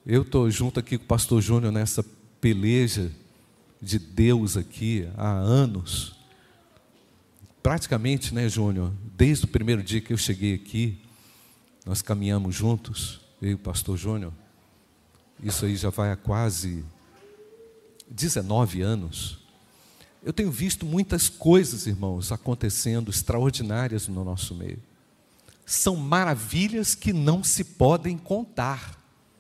Eu estou junto aqui com o pastor Júnior nessa peleja de Deus aqui há anos. Praticamente, né, Júnior, desde o primeiro dia que eu cheguei aqui, nós caminhamos juntos, eu e o pastor Júnior. Isso aí já vai há quase 19 anos. Eu tenho visto muitas coisas, irmãos, acontecendo extraordinárias no nosso meio. São maravilhas que não se podem contar.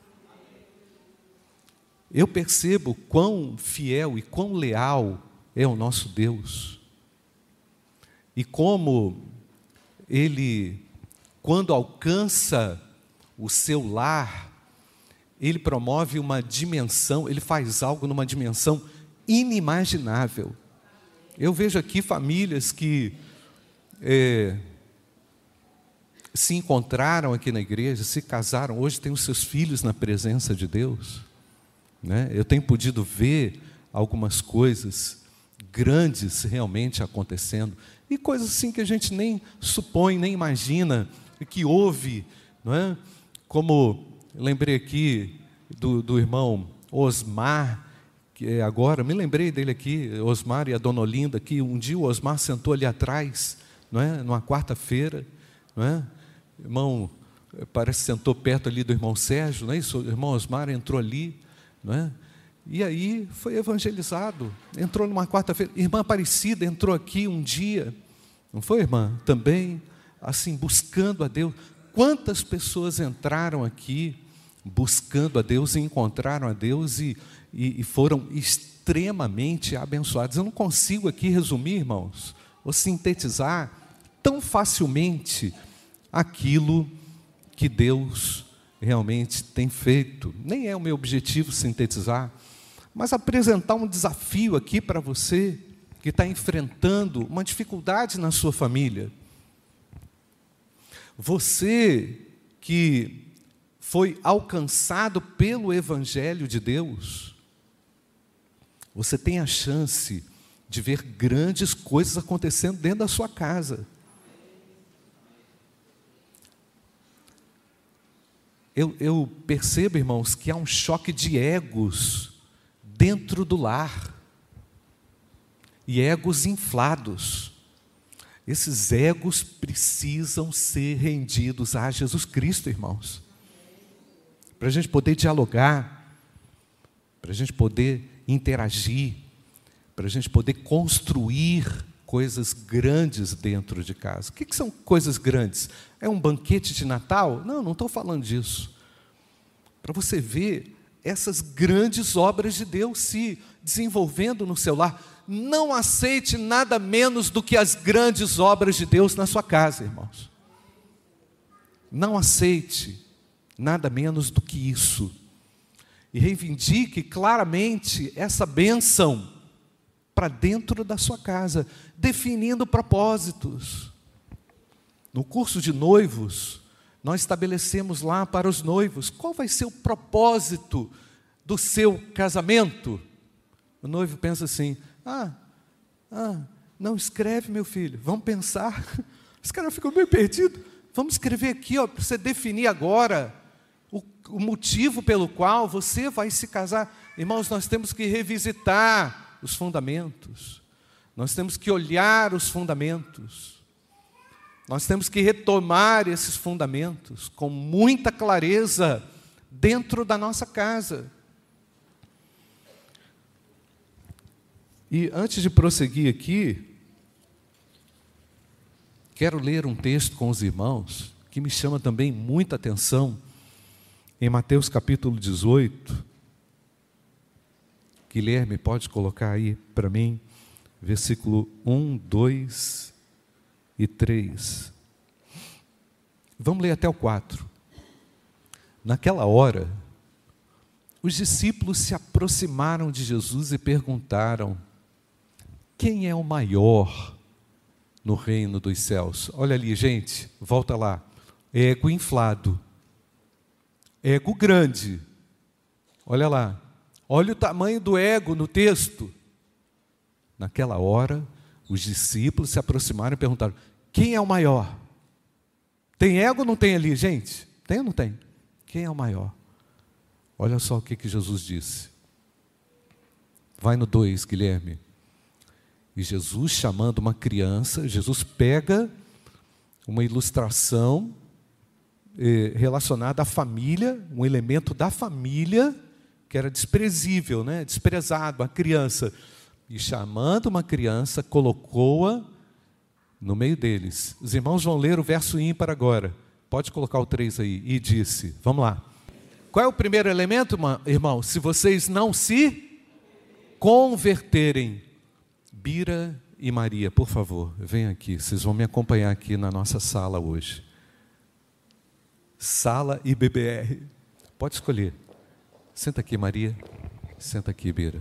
Eu percebo quão fiel e quão leal é o nosso Deus. E como Ele, quando alcança o seu lar, Ele promove uma dimensão, Ele faz algo numa dimensão inimaginável. Eu vejo aqui famílias que se encontraram aqui na igreja, se casaram, hoje têm os seus filhos na presença de Deus. Né? Eu tenho podido ver algumas coisas grandes realmente acontecendo, e coisas assim que a gente nem supõe, nem imagina, que houve, não é? Como lembrei aqui do irmão Osmar, que agora, me lembrei dele aqui, Osmar e a dona Olinda, que um dia o Osmar sentou ali atrás, não é? Numa quarta-feira, não é? O irmão, parece que sentou perto ali do irmão Sérgio, não é isso? O irmão Osmar entrou ali, não é? E aí foi evangelizado, entrou numa quarta-feira. Irmã Aparecida entrou aqui um dia, não foi, irmã? Também, assim, buscando a Deus. Quantas pessoas entraram aqui buscando a Deus e encontraram a Deus e foram extremamente abençoados. Eu não consigo aqui resumir, irmãos, ou sintetizar tão facilmente aquilo que Deus realmente tem feito. Nem é o meu objetivo sintetizar, mas apresentar um desafio aqui para você que está enfrentando uma dificuldade na sua família. Você que foi alcançado pelo Evangelho de Deus, você tem a chance de ver grandes coisas acontecendo dentro da sua casa. Eu percebo, irmãos, que há um choque de egos dentro do lar, e egos inflados. Esses egos precisam ser rendidos a Jesus Cristo, irmãos, para a gente poder dialogar, para a gente poder interagir, para a gente poder construir coisas grandes dentro de casa. O que são coisas grandes? É um banquete de Natal? Não estou falando disso. Para você ver essas grandes obras de Deus se desenvolvendo no seu lar. Não aceite nada menos do que as grandes obras de Deus na sua casa, irmãos. Não aceite nada menos do que isso. E reivindique claramente essa bênção para dentro da sua casa, definindo propósitos. No curso de noivos, nós estabelecemos lá para os noivos, qual vai ser o propósito do seu casamento? O noivo pensa assim, não, escreve, meu filho, vamos pensar. Os caras ficam meio perdidos. Vamos escrever aqui, para você definir agora o motivo pelo qual você vai se casar. Irmãos, nós temos que revisitar os fundamentos, nós temos que olhar os fundamentos, nós temos que retomar esses fundamentos com muita clareza dentro da nossa casa. E antes de prosseguir aqui, quero ler um texto com os irmãos que me chama também muita atenção, em Mateus capítulo 18. Guilherme, pode colocar aí para mim, versículo 1, 2 e 3. Vamos ler até o 4. Naquela hora, os discípulos se aproximaram de Jesus e perguntaram: quem é o maior no reino dos céus? Olha ali, gente, volta lá. Ego inflado, ego grande. Olha lá. Olha o tamanho do ego no texto. Naquela hora, os discípulos se aproximaram e perguntaram: quem é o maior? Tem ego ou não tem ali, gente? Tem ou não tem? Quem é o maior? Olha só o que Jesus disse. Vai no 2, Guilherme. E Jesus chamando uma criança, Jesus pega uma ilustração relacionada à família, um elemento da família que era desprezível, né? Desprezado, a criança. E chamando uma criança, colocou-a no meio deles. Os irmãos vão ler o verso ímpar agora. Pode colocar o 3 aí. E disse, vamos lá. Qual é o primeiro elemento, irmão? Se vocês não se converterem. Bira e Maria, por favor, venham aqui. Vocês vão me acompanhar aqui na nossa sala hoje. Sala IBBR. Pode escolher. Senta aqui, Maria. Senta aqui, Bira.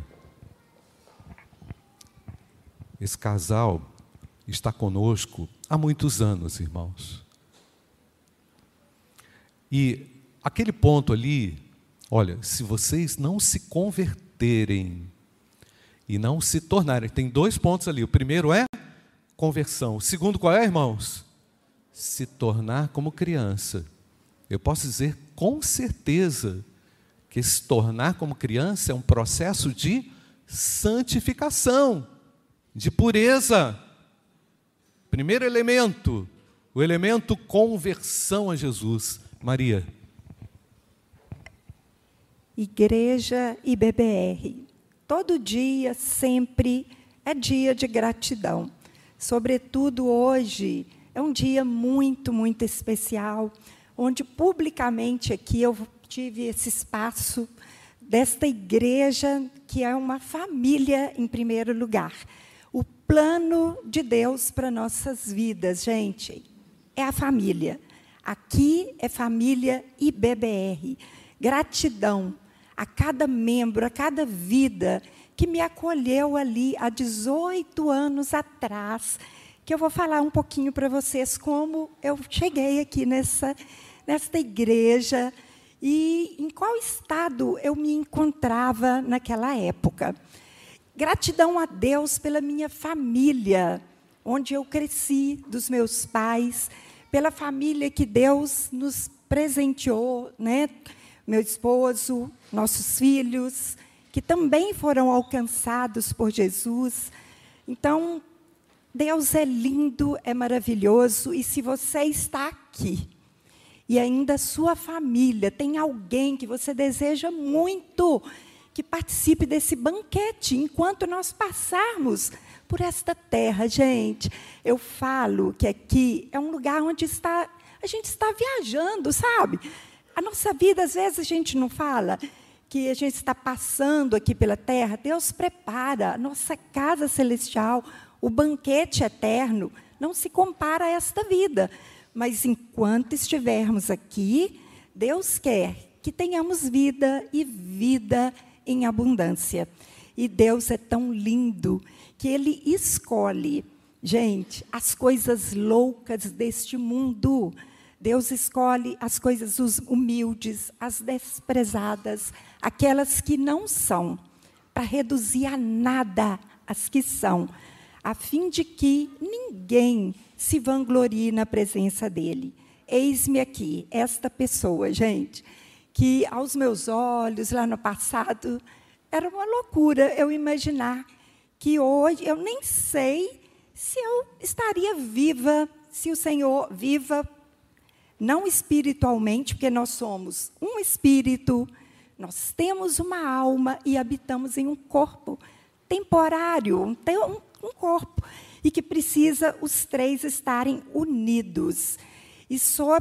Esse casal está conosco há muitos anos, irmãos. E aquele ponto ali, olha, se vocês não se converterem e não se tornarem, tem 2 pontos ali. O primeiro é conversão. O segundo qual é, irmãos? Se tornar como criança. Eu posso dizer com certeza que se tornar como criança é um processo de santificação, de pureza. Primeiro elemento, o elemento conversão a Jesus. Maria. Igreja IBBR. Todo dia, sempre, é dia de gratidão. Sobretudo hoje, é um dia muito, muito especial, onde publicamente aqui eu tive esse espaço desta igreja, que é uma família em primeiro lugar. O plano de Deus para nossas vidas, gente, é a família. Aqui é família IBBR. Gratidão a cada membro, a cada vida que me acolheu ali há 18 anos atrás, que eu vou falar um pouquinho para vocês como eu cheguei aqui nesta igreja e em qual estado eu me encontrava naquela época. Gratidão a Deus pela minha família, onde eu cresci, dos meus pais, pela família que Deus nos presenteou, né? Meu esposo, nossos filhos, que também foram alcançados por Jesus. Então, Deus é lindo, é maravilhoso, e se você está aqui, e ainda sua família, tem alguém que você deseja muito que participe desse banquete, enquanto nós passarmos por esta terra, gente. Eu falo que aqui é um lugar onde a gente está viajando, sabe? A nossa vida, às vezes, a gente não fala que a gente está passando aqui pela terra. Deus prepara a nossa casa celestial, o banquete eterno, não se compara a esta vida. Mas, enquanto estivermos aqui, Deus quer que tenhamos vida e vida em abundância. E Deus é tão lindo que Ele escolhe, gente, as coisas loucas deste mundo. Deus escolhe as coisas humildes, as desprezadas, aquelas que não são, para reduzir a nada as que são, a fim de que ninguém se vanglorie na presença dEle. Eis-me aqui, esta pessoa, gente, que aos meus olhos, lá no passado, era uma loucura eu imaginar que hoje, eu nem sei se eu estaria viva, se o Senhor viva, não espiritualmente, porque nós somos um espírito, nós temos uma alma e habitamos em um corpo temporário, um corpo, e que precisa os 3 estarem unidos. E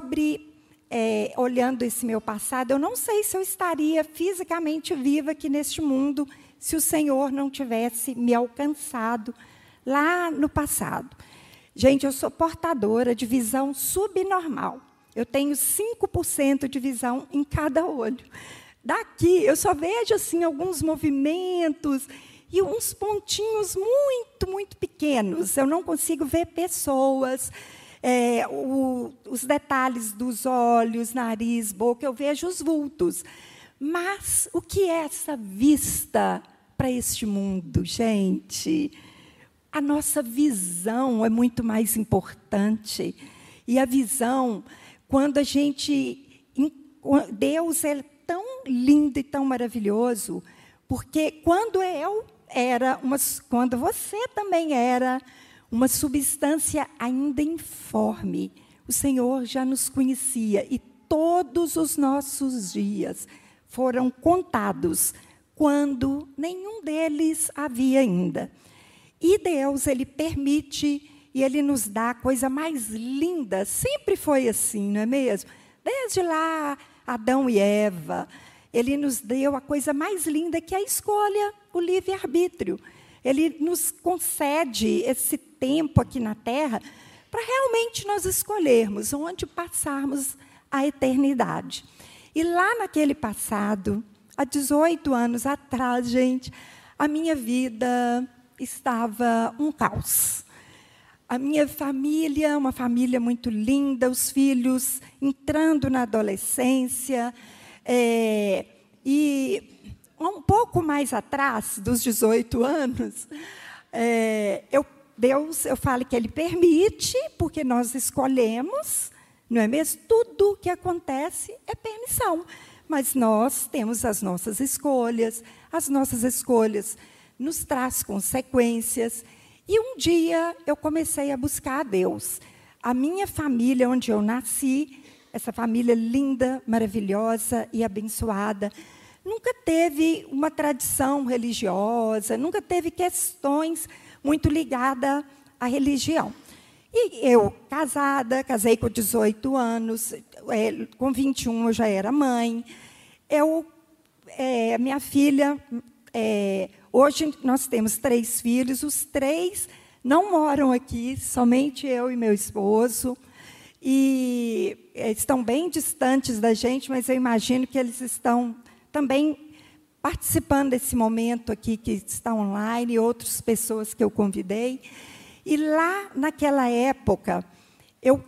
olhando esse meu passado, eu não sei se eu estaria fisicamente viva aqui neste mundo, se o Senhor não tivesse me alcançado lá no passado. Gente, eu sou portadora de visão subnormal. Eu tenho 5% de visão em cada olho. Daqui, eu só vejo assim, alguns movimentos e uns pontinhos muito, muito pequenos. Eu não consigo ver pessoas, os detalhes dos olhos, nariz, boca, eu vejo os vultos. Mas o que é essa vista para este mundo, gente? A nossa visão é muito mais importante. E a visão, quando Deus é tão lindo e tão maravilhoso, porque quando quando você também era uma substância ainda informe, o Senhor já nos conhecia e todos os nossos dias foram contados quando nenhum deles havia ainda. E Deus, Ele permite e Ele nos dá a coisa mais linda, sempre foi assim, não é mesmo? Desde lá, Adão e Eva, Ele nos deu a coisa mais linda, que é a escolha, o livre-arbítrio. Ele nos concede esse tempo aqui na Terra para realmente nós escolhermos onde passarmos a eternidade. E lá naquele passado, há 18 anos atrás, gente, a minha vida estava um caos. A minha família, uma família muito linda, os filhos entrando na adolescência, e um pouco mais atrás dos 18 anos, Deus, eu falo que Ele permite, porque nós escolhemos, não é mesmo? Tudo que acontece é permissão, mas nós temos as nossas escolhas nos traz consequências. E um dia eu comecei a buscar a Deus. A minha família, onde eu nasci, essa família linda, maravilhosa e abençoada, nunca teve uma tradição religiosa, nunca teve questões muito ligadas à religião. E eu, casei com 18 anos, com 21 eu já era mãe. Minha filha, hoje nós temos 3 filhos, os 3 não moram aqui, somente eu e meu esposo. E estão bem distantes da gente, mas eu imagino que eles estão também participando desse momento aqui, que está online, e outras pessoas que eu convidei. E lá, naquela época, eu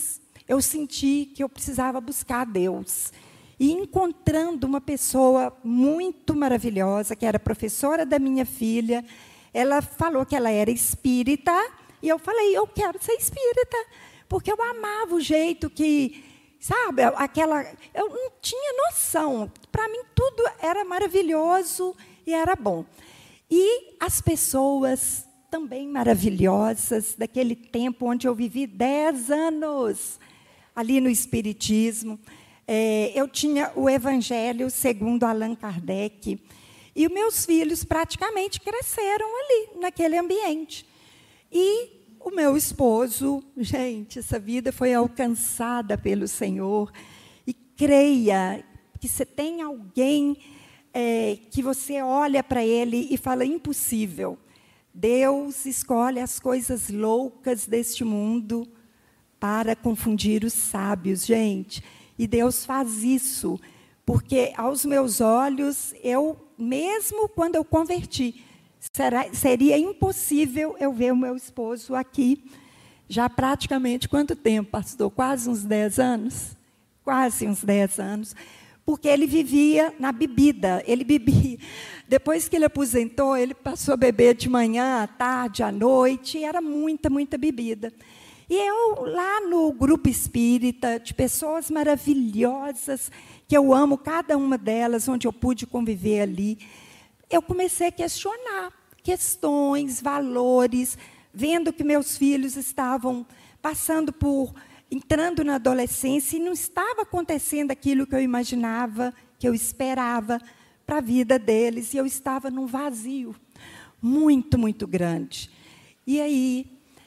senti que eu precisava buscar a Deus. E encontrando uma pessoa muito maravilhosa, que era professora da minha filha, ela falou que ela era espírita, e eu falei, eu quero ser espírita, porque eu amava o jeito que, sabe, eu não tinha noção. Para mim, tudo era maravilhoso e era bom. E as pessoas também maravilhosas, daquele tempo onde eu vivi 10 anos ali no Espiritismo. Eu tinha o Evangelho segundo Allan Kardec, e os meus filhos praticamente cresceram ali, naquele ambiente. E o meu esposo, gente, essa vida foi alcançada pelo Senhor, e creia que você tem alguém que você olha para ele e fala, impossível. Deus escolhe as coisas loucas deste mundo para confundir os sábios, gente. E Deus faz isso, porque aos meus olhos, mesmo quando eu converti, seria impossível eu ver o meu esposo aqui, já praticamente, quanto tempo, pastor? Quase uns 10 anos? Quase uns 10 anos. Porque ele vivia na bebida, ele bebia. Depois que ele aposentou, ele passou a beber de manhã, à tarde, à noite, e era muita, muita bebida. E eu, lá no grupo espírita, de pessoas maravilhosas, que eu amo cada uma delas, onde eu pude conviver ali, eu comecei a questionar questões, valores, vendo que meus filhos estavam entrando na adolescência, e não estava acontecendo aquilo que eu imaginava, que eu esperava para a vida deles, e eu estava num vazio muito, muito grande. E aí,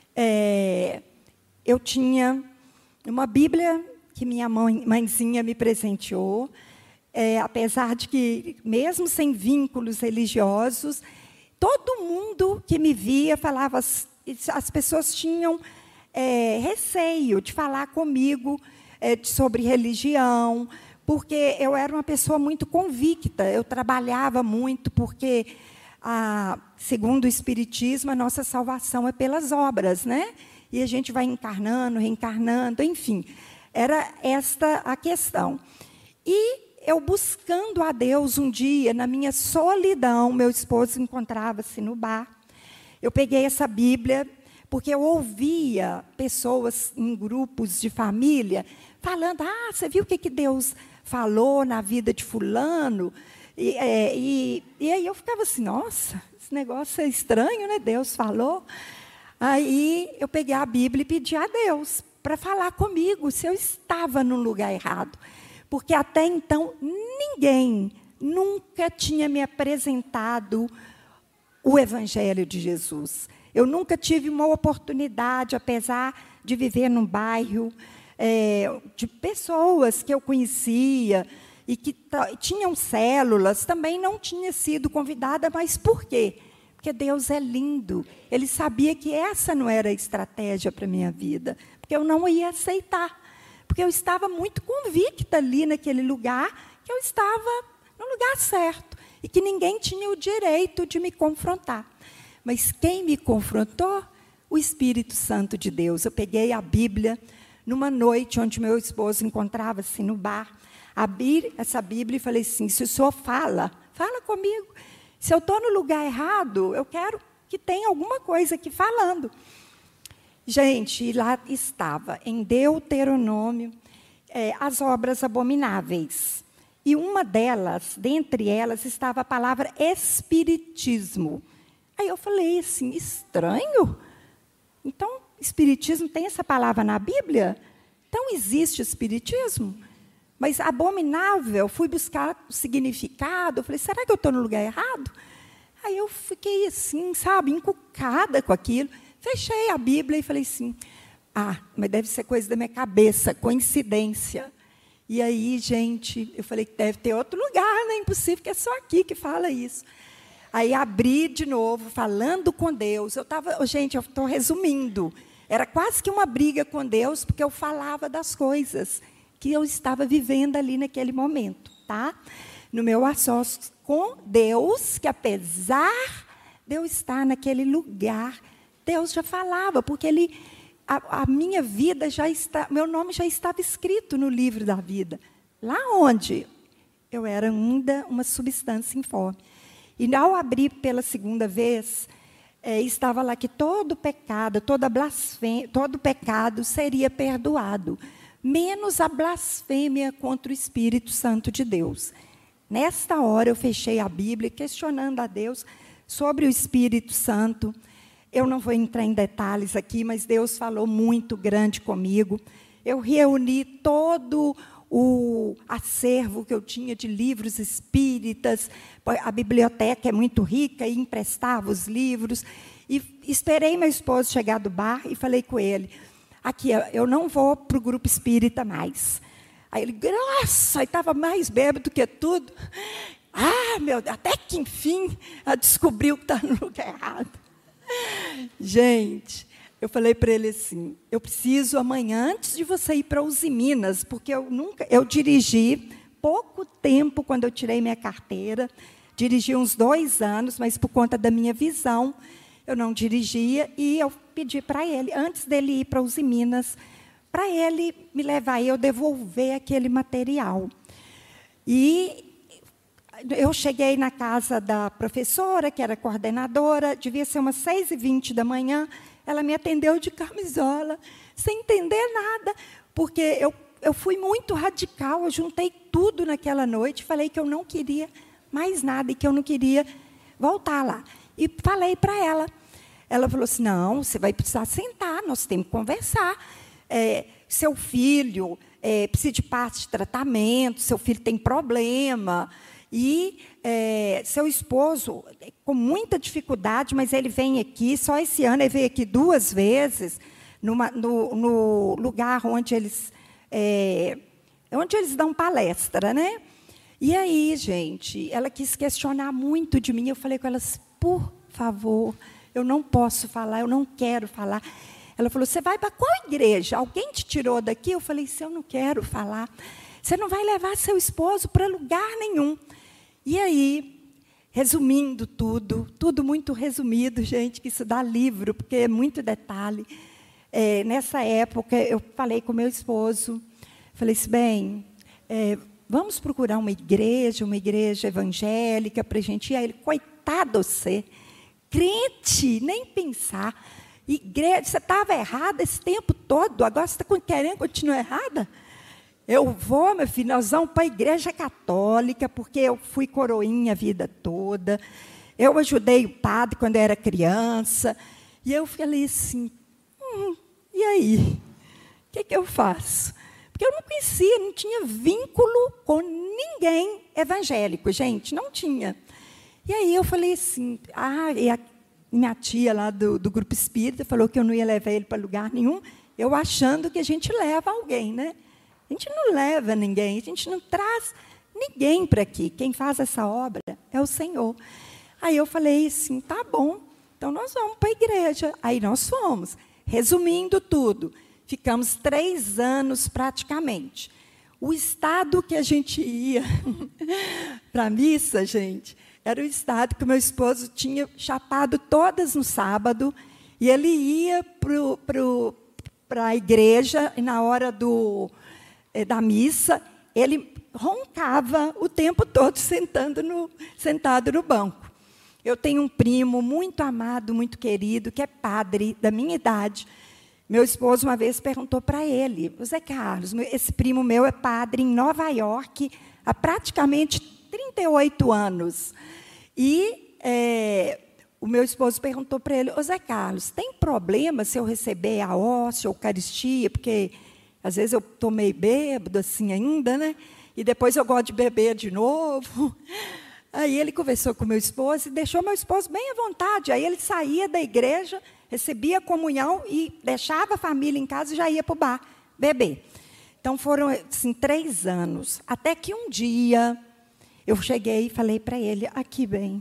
eu tinha uma Bíblia que minha mãezinha me presenteou, apesar de que, mesmo sem vínculos religiosos, todo mundo que me via falava, as pessoas tinham receio de falar comigo sobre religião, porque eu era uma pessoa muito convicta, eu trabalhava muito, porque, segundo o Espiritismo, a nossa salvação é pelas obras, né? E a gente vai encarnando, reencarnando, enfim. Era esta a questão. E eu buscando a Deus um dia, na minha solidão, meu esposo encontrava-se no bar. Eu peguei essa Bíblia, porque eu ouvia pessoas em grupos de família falando, você viu o que Deus falou na vida de fulano. E aí eu ficava assim, nossa, esse negócio é estranho, né? Deus falou. Aí eu peguei a Bíblia e pedi a Deus para falar comigo se eu estava no lugar errado. Porque até então ninguém nunca tinha me apresentado o Evangelho de Jesus. Eu nunca tive uma oportunidade, apesar de viver num bairro de pessoas que eu conhecia e que tinham células, também não tinha sido convidada, mas por quê? Porque Deus é lindo. Ele sabia que essa não era a estratégia para a minha vida, porque eu não ia aceitar, porque eu estava muito convicta ali naquele lugar, que eu estava no lugar certo, e que ninguém tinha o direito de me confrontar. Mas quem me confrontou? O Espírito Santo de Deus. Eu peguei a Bíblia, numa noite onde meu esposo encontrava-se no bar, abri essa Bíblia e falei assim, se o senhor fala comigo. Se eu estou no lugar errado, eu quero que tenha alguma coisa aqui falando. Gente, lá estava, em Deuteronômio, as obras abomináveis. E uma delas, dentre elas, estava a palavra espiritismo. Aí eu falei assim, estranho? Então, espiritismo tem essa palavra na Bíblia? Então, existe espiritismo? Mas abominável, fui buscar o significado, eu falei, será que eu estou no lugar errado? Aí eu fiquei assim, sabe, encucada com aquilo. Fechei a Bíblia e falei assim, mas deve ser coisa da minha cabeça, coincidência. E aí, gente, eu falei que deve ter outro lugar, não é impossível, que é só aqui que fala isso. Aí abri de novo, falando com Deus. Gente, eu estou resumindo. Era quase que uma briga com Deus, porque eu falava das coisas que eu estava vivendo ali naquele momento, tá? No meu assócio com Deus, que apesar de eu estar naquele lugar, Deus já falava, porque a minha vida meu nome já estava escrito no livro da vida. Lá onde eu era ainda uma substância informe. E ao abrir pela segunda vez, estava lá que todo pecado, toda blasfêmia, todo pecado seria perdoado, menos a blasfêmia contra o Espírito Santo de Deus. Nesta hora, eu fechei a Bíblia, questionando a Deus sobre o Espírito Santo. Eu não vou entrar em detalhes aqui, mas Deus falou muito grande comigo. Eu reuni todo o acervo que eu tinha de livros espíritas, a biblioteca é muito rica, e emprestava os livros. E esperei meu esposo chegar do bar e falei com ele, aqui, eu não vou para o grupo espírita mais. Aí ele, nossa, estava mais bêbado que tudo. Meu Deus, até que, enfim, ela descobriu que está no lugar errado. Gente, eu falei para ele assim, eu preciso amanhã, antes de você ir para Usiminas, porque eu dirigi pouco tempo quando eu tirei minha carteira, dirigi uns 2 anos, mas por conta da minha visão, eu não dirigia, e eu pedi para ele, antes dele ir para Usiminas, para ele me levar e eu devolver aquele material. E eu cheguei na casa da professora, que era coordenadora, devia ser umas 6h20 da manhã, ela me atendeu de camisola, sem entender nada, porque eu fui muito radical, eu juntei tudo naquela noite, falei que eu não queria mais nada e que eu não queria voltar lá. E falei para ela. Ela falou assim, não, você vai precisar sentar, nós temos que conversar. Seu filho precisa de parte de tratamento, seu filho tem problema, e seu esposo, com muita dificuldade, mas ele vem aqui, só esse ano ele veio aqui 2 vezes, no lugar onde eles dão palestra, né? E aí, gente, ela quis questionar muito de mim, eu falei com elas, por favor, eu não posso falar, eu não quero falar. Ela falou, você vai para qual igreja? Alguém te tirou daqui? Eu falei, se eu não quero falar, você não vai levar seu esposo para lugar nenhum. E aí, resumindo tudo muito resumido, gente, que isso dá livro, porque é muito detalhe. Nessa época, eu falei com meu esposo, falei assim, bem, vamos procurar uma igreja evangélica para a gente ir. Aí ele, coitado você, crente, nem pensar. Igreja, você estava errada esse tempo todo, agora você está querendo continuar errada? Eu vou, meu filho, nós vamos para a igreja católica, porque eu fui coroinha a vida toda. Eu ajudei o padre quando eu era criança. E eu falei assim, e aí? O que eu faço? Porque eu não conhecia, não tinha vínculo com ninguém evangélico, gente, não tinha. E aí eu falei assim, e a minha tia lá do grupo espírita falou que eu não ia levar ele para lugar nenhum, eu achando que a gente leva alguém, né? A gente não leva ninguém, a gente não traz ninguém para aqui. Quem faz essa obra é o Senhor. Aí eu falei assim, tá bom, então nós vamos para a igreja. Aí nós fomos. Resumindo tudo, ficamos 3 anos praticamente. O estado que a gente ia para a missa, gente, era o estado que o meu esposo tinha chapado todas no sábado, e ele ia para a igreja, e na hora da missa, ele roncava o tempo todo sentado no banco. Eu tenho um primo muito amado, muito querido, que é padre da minha idade. Meu esposo uma vez perguntou para ele, Zé Carlos, esse primo meu é padre em Nova York há praticamente 38 anos. E o meu esposo perguntou para ele, Zé Carlos, tem problema se eu receber a hóstia, a Eucaristia, porque às vezes eu estou meio bêbado assim ainda, né? E depois eu gosto de beber de novo. Aí ele conversou com o meu esposo e deixou meu esposo bem à vontade. Aí ele saía da igreja, recebia a comunhão e deixava a família em casa e já ia para o bar beber. Então, foram assim, 3 anos. Até que um dia, eu cheguei e falei para ele, aqui bem,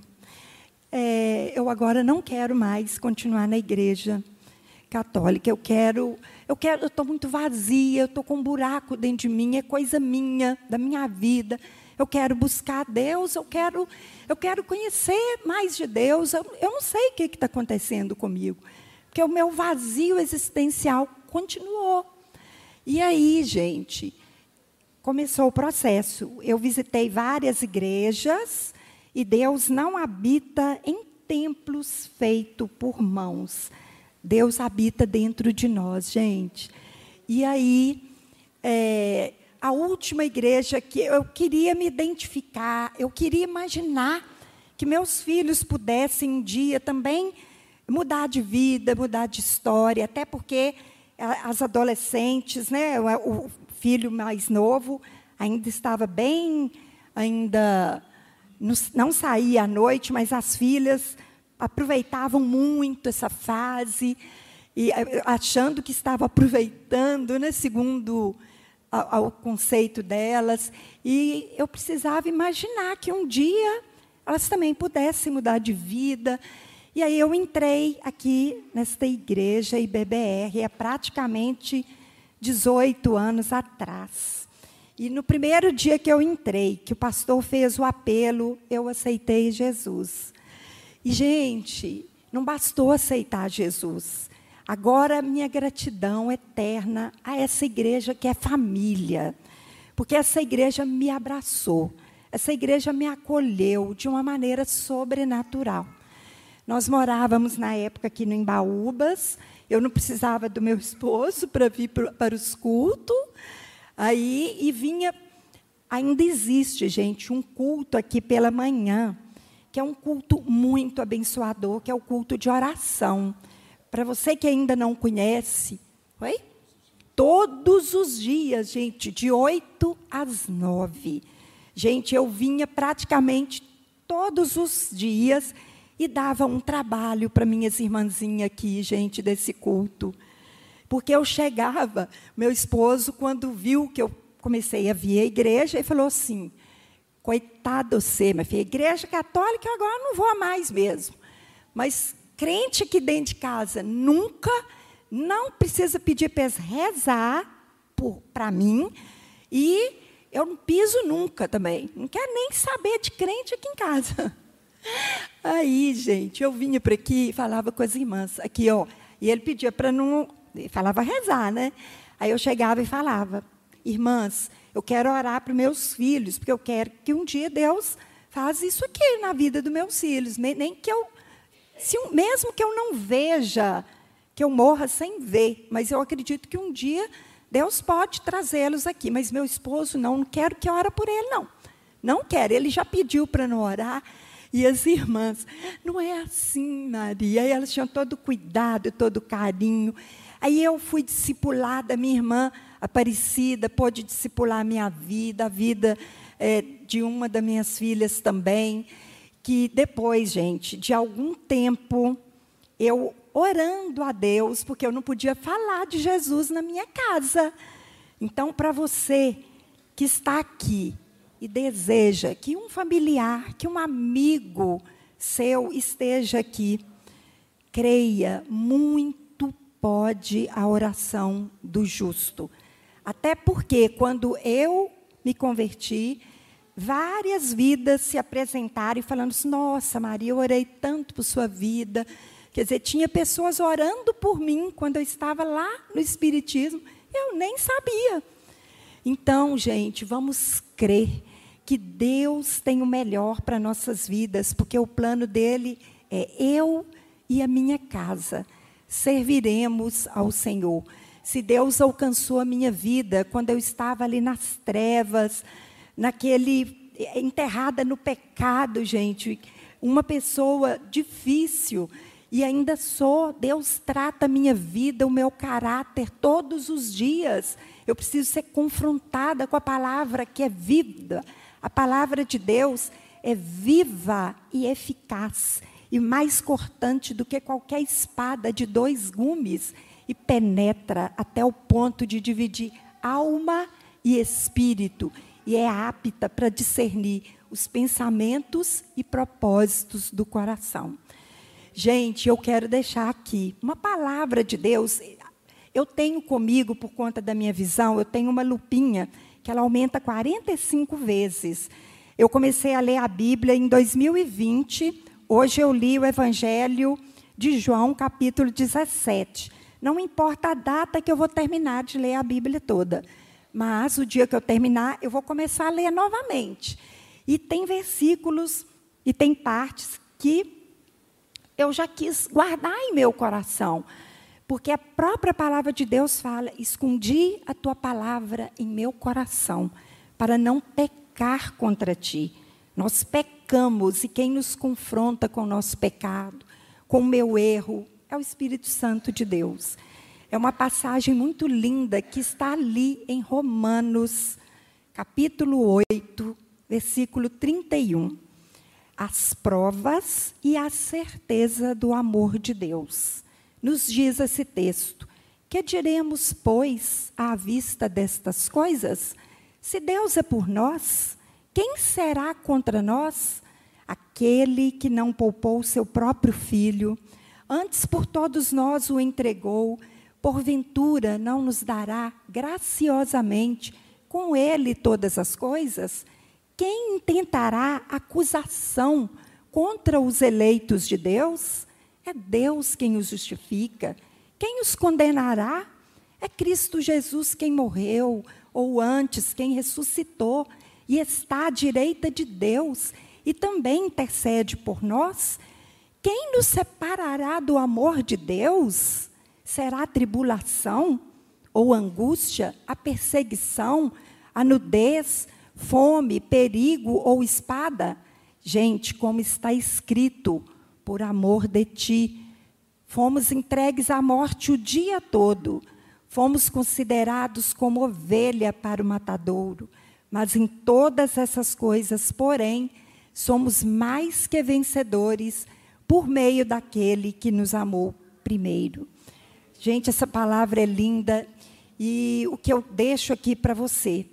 eu agora não quero mais continuar na igreja católica. Eu estou muito vazia, eu estou com um buraco dentro de mim, é coisa minha, da minha vida. Eu quero buscar Deus, eu quero conhecer mais de Deus. Eu não sei o que está acontecendo comigo, porque o meu vazio existencial continuou. E aí, gente, começou o processo. Eu visitei várias igrejas e Deus não habita em templos feitos por mãos. Deus habita dentro de nós, gente. E aí, a última igreja que eu queria me identificar, eu queria imaginar que meus filhos pudessem um dia também mudar de vida, mudar de história, até porque as adolescentes, né, o filho mais novo ainda estava bem, ainda não saía à noite, mas as filhas aproveitavam muito essa fase, e achando que estava aproveitando, né, segundo ao conceito delas, e eu precisava imaginar que um dia elas também pudessem mudar de vida. E aí eu entrei aqui nesta igreja IBBR há praticamente 18 anos atrás. E no primeiro dia que eu entrei, que o pastor fez o apelo, eu aceitei Jesus. E, gente, não bastou aceitar Jesus. Agora, a minha gratidão eterna a essa igreja que é família. Porque essa igreja me abraçou. Essa igreja me acolheu de uma maneira sobrenatural. Nós morávamos, na época, aqui no Embaúbas. Eu não precisava do meu esposo para vir para os cultos. Aí, e vinha... Ainda existe, gente, um culto aqui pela manhã, que é um culto muito abençoador, que é o culto de oração. Para você que ainda não conhece, todos os dias, gente, de 8 às 9. Gente, eu vinha praticamente todos os dias e dava um trabalho para minhas irmãzinhas aqui, gente, desse culto. Porque eu chegava, meu esposo, quando viu que eu comecei a vir à igreja, ele falou assim, coitado você, minha filha, igreja católica eu agora não vou mais mesmo. Mas crente aqui dentro de casa nunca, não precisa pedir para eles rezar para mim, e eu não piso nunca também. Não quero nem saber de crente aqui em casa. Aí, gente, eu vinha para aqui e falava com as irmãs, aqui, ó, e ele pedia para não, falava rezar, né? Aí eu chegava e falava, irmãs, eu quero orar para os meus filhos, porque eu quero que um dia Deus faça isso aqui na vida dos meus filhos, nem que eu, mesmo que eu não veja, que eu morra sem ver, mas eu acredito que um dia Deus pode trazê-los aqui, mas meu esposo não quero que ore por ele, não. Não quero, ele já pediu para não orar. E as irmãs, não é assim, Maria. Aí elas tinham todo cuidado, todo carinho. Aí eu fui discipulada, minha irmã Aparecida pôde discipular a minha vida, a vida de uma das minhas filhas também. Que depois, gente, de algum tempo, eu orando a Deus, porque eu não podia falar de Jesus na minha casa. Então, para você que está aqui e deseja que um familiar, que um amigo seu esteja aqui, creia, muito pode a oração do justo. Até porque, quando eu me converti, várias vidas se apresentaram e falando assim, nossa, Maria, eu orei tanto por sua vida. Quer dizer, tinha pessoas orando por mim quando eu estava lá no Espiritismo, eu nem sabia. Então, gente, vamos crer que Deus tem o melhor para nossas vidas, porque o plano dele é eu e a minha casa serviremos ao Senhor. Se Deus alcançou a minha vida quando eu estava ali nas trevas, enterrada no pecado, gente, uma pessoa difícil, e ainda sou, Deus trata a minha vida, o meu caráter todos os dias. Eu preciso ser confrontada com a palavra que é viva. A palavra de Deus é viva e eficaz, e mais cortante do que qualquer espada de 2 gumes, e penetra até o ponto de dividir alma e espírito, e é apta para discernir os pensamentos e propósitos do coração. Gente, eu quero deixar aqui uma palavra de Deus. Eu tenho comigo, por conta da minha visão, eu tenho uma lupinha que ela aumenta 45 vezes. Eu comecei a ler a Bíblia em 2020. Hoje eu li o Evangelho de João, capítulo 17. Não importa a data que eu vou terminar de ler a Bíblia toda, mas o dia que eu terminar, eu vou começar a ler novamente. E tem versículos e tem partes que eu já quis guardar em meu coração, porque a própria palavra de Deus fala, escondi a tua palavra em meu coração, para não pecar contra ti. Nós pecamos, e quem nos confronta com o nosso pecado, com o meu erro, é o Espírito Santo de Deus. É uma passagem muito linda que está ali em Romanos, capítulo 8, versículo 31. As provas e a certeza do amor de Deus. Nos diz esse texto, que diremos, pois, à vista destas coisas? Se Deus é por nós, quem será contra nós? Aquele que não poupou seu próprio filho, antes por todos nós o entregou, porventura não nos dará graciosamente com ele todas as coisas? Quem intentará acusação contra os eleitos de Deus? É Deus quem os justifica. Quem os condenará? É Cristo Jesus quem morreu, ou antes, quem ressuscitou, e está à direita de Deus, e também intercede por nós. Quem nos separará do amor de Deus? Será a tribulação, ou angústia, a perseguição, a nudez, fome, perigo ou espada? Gente, como está escrito, por amor de ti, fomos entregues à morte o dia todo, fomos considerados como ovelha para o matadouro, mas em todas essas coisas, porém, somos mais que vencedores por meio daquele que nos amou primeiro. Gente, essa palavra é linda, e o que eu deixo aqui para você,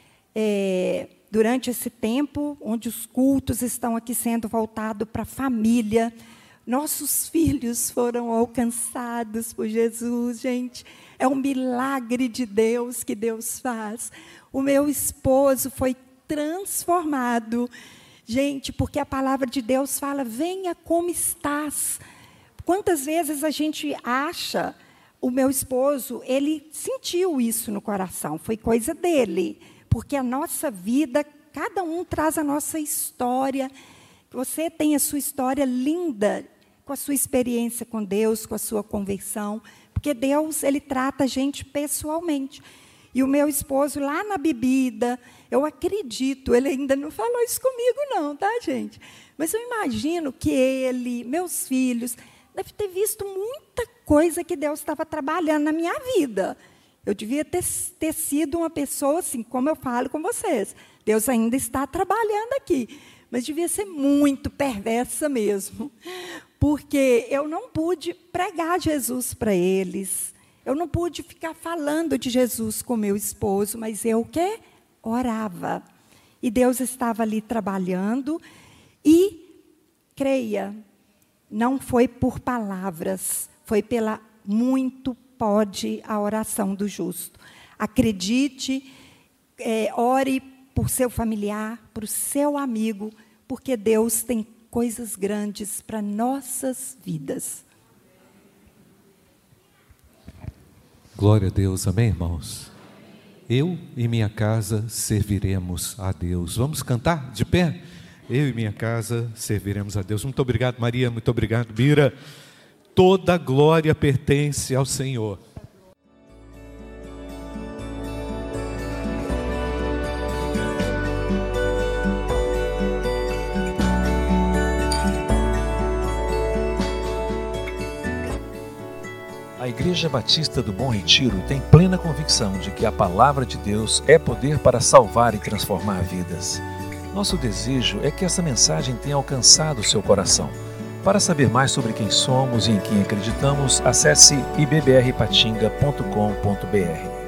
durante esse tempo, onde os cultos estão aqui sendo voltados para a família, nossos filhos foram alcançados por Jesus, gente. É um milagre de Deus que Deus faz. O meu esposo foi transformado, gente, porque a palavra de Deus fala, venha como estás. Quantas vezes a gente acha, o meu esposo, ele sentiu isso no coração, foi coisa dele, porque a nossa vida, cada um traz a nossa história. Você tem a sua história linda, com a sua experiência com Deus, com a sua conversão, porque Deus, ele trata a gente pessoalmente. E o meu esposo lá na bebida, eu acredito, ele ainda não falou isso comigo não, tá, gente? Mas eu imagino que ele, meus filhos, deve ter visto muita coisa que Deus estava trabalhando na minha vida. Eu devia ter sido uma pessoa assim, como eu falo com vocês. Deus ainda está trabalhando aqui, mas devia ser muito perversa mesmo, porque eu não pude pregar Jesus para eles, eu não pude ficar falando de Jesus com meu esposo, mas eu o quê? Orava. E Deus estava ali trabalhando e, creia, não foi por palavras, foi pela muito pode a oração do justo. Acredite, ore por seu familiar, por seu amigo, porque Deus tem coisas grandes para nossas vidas. Glória a Deus, amém, irmãos? Eu e minha casa serviremos a Deus. Vamos cantar de pé? Eu e minha casa serviremos a Deus. Muito obrigado, Maria, muito obrigado, Bira. Toda glória pertence ao Senhor. A Igreja Batista do Bom Retiro tem plena convicção de que a palavra de Deus é poder para salvar e transformar vidas. Nosso desejo é que essa mensagem tenha alcançado o seu coração. Para saber mais sobre quem somos e em quem acreditamos, acesse ibbrpatinga.com.br.